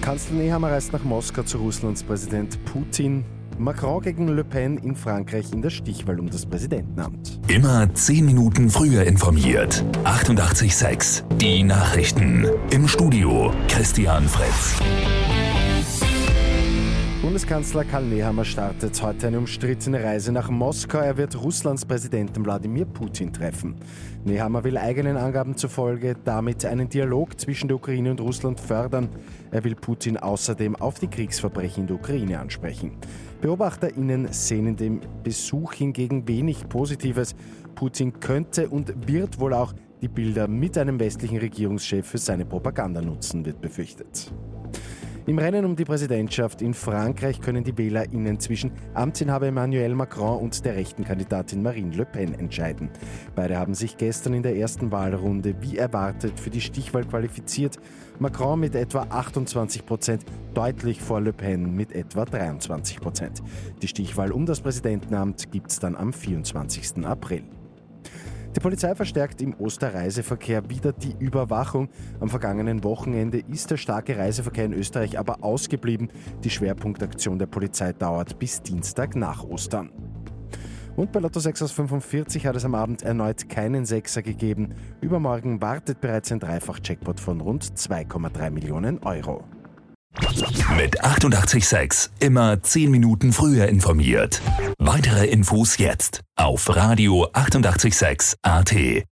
Kanzler Nehammer reist nach Moskau zu Russlands Präsident Putin. Macron gegen Le Pen in Frankreich in der Stichwahl um das Präsidentenamt. Immer 10 Minuten früher informiert. 88,6. Die Nachrichten. Im Studio Christian Fritz. Bundeskanzler Karl Nehammer startet heute eine umstrittene Reise nach Moskau. Er wird Russlands Präsidenten Wladimir Putin treffen. Nehammer will eigenen Angaben zufolge damit einen Dialog zwischen der Ukraine und Russland fördern. Er will Putin außerdem auf die Kriegsverbrechen in der Ukraine ansprechen. BeobachterInnen sehen in dem Besuch hingegen wenig Positives. Putin könnte und wird wohl auch die Bilder mit einem westlichen Regierungschef für seine Propaganda nutzen, wird befürchtet. Im Rennen um die Präsidentschaft in Frankreich können die WählerInnen zwischen Amtsinhaber Emmanuel Macron und der rechten Kandidatin Marine Le Pen entscheiden. Beide haben sich gestern in der ersten Wahlrunde wie erwartet für die Stichwahl qualifiziert. Macron mit etwa 28%, deutlich vor Le Pen mit etwa 23%. Die Stichwahl um das Präsidentenamt gibt es dann am 24. April. Die Polizei verstärkt im Osterreiseverkehr wieder die Überwachung. Am vergangenen Wochenende ist der starke Reiseverkehr in Österreich aber ausgeblieben. Die Schwerpunktaktion der Polizei dauert bis Dienstag nach Ostern. Und bei Lotto 6 aus 45 hat es am Abend erneut keinen Sechser gegeben. Übermorgen wartet bereits ein Dreifach-Jackpot von rund 2,3 Millionen Euro. Mit 88,6 immer 10 Minuten früher informiert. Weitere Infos jetzt auf Radio 88,6 AT.